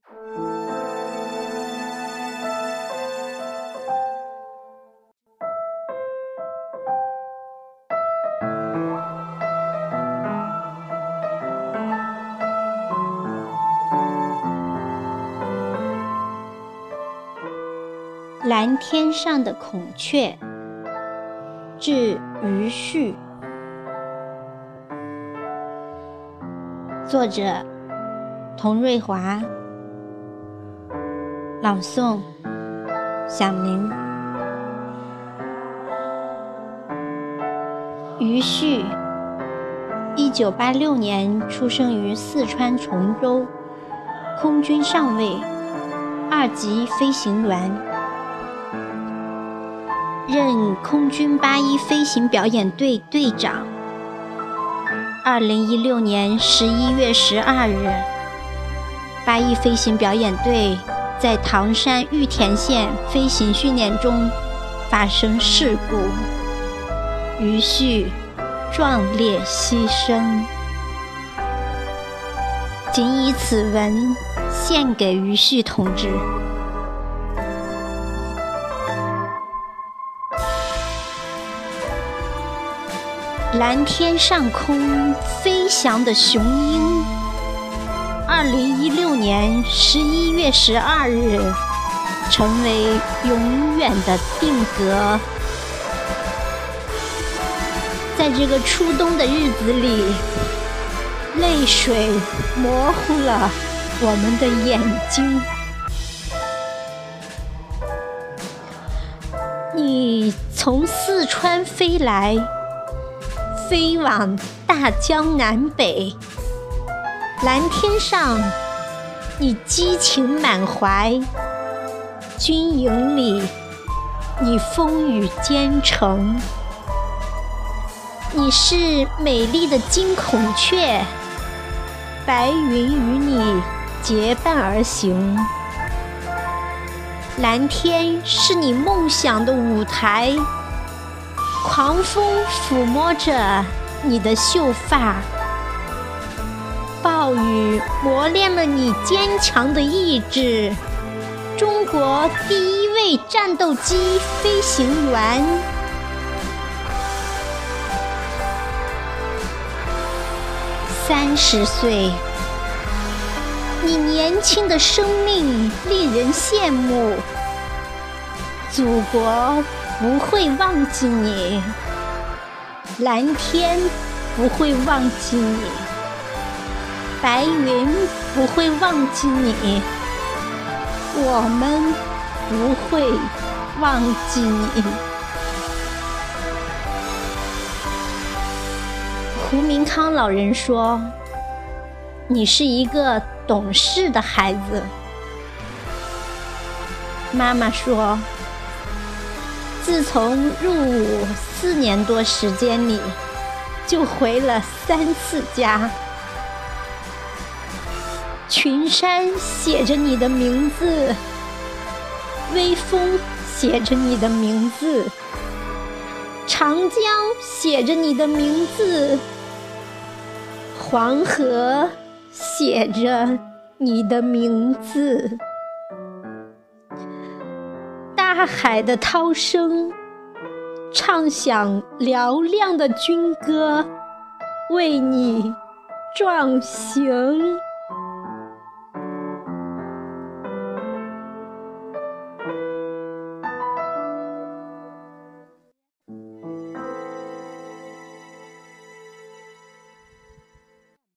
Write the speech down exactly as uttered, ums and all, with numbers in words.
蓝天上的孔雀，致余绪。作者童瑞华，朗诵响铃。余绪，一九八六年出生于四川崇州，空军上尉，二级飞行员，任空军八一飞行表演队队长。二零一六年十一月十二日，八一飞行表演队在唐山玉田县飞行训练中发生事故，余绪壮烈牺牲。谨以此文献给余绪同志。蓝天上空飞翔的雄鹰，二零一六年十一月十二日成为永远的定格。在这个初冬的日子里，泪水模糊了我们的眼睛。你从四川飞来，飞往大江南北，蓝天上你激情满怀，军营里你风雨兼程。你是美丽的金孔雀，白云与你结伴而行。蓝天是你梦想的舞台，狂风抚摸着你的秀发，暴雨磨练了你坚强的意志。中国第一位战斗机飞行员，三十岁，你年轻的生命令人羡慕。祖国不会忘记你，蓝天不会忘记你，白云不会忘记你，我们不会忘记你。胡明康老人说，你是一个懂事的孩子。妈妈说，自从入伍四年多时间里，就回了三次家。群山写着你的名字，微风写着你的名字，长江写着你的名字，黄河写着你的名字。大海的涛声唱响嘹亮的军歌，为你壮行。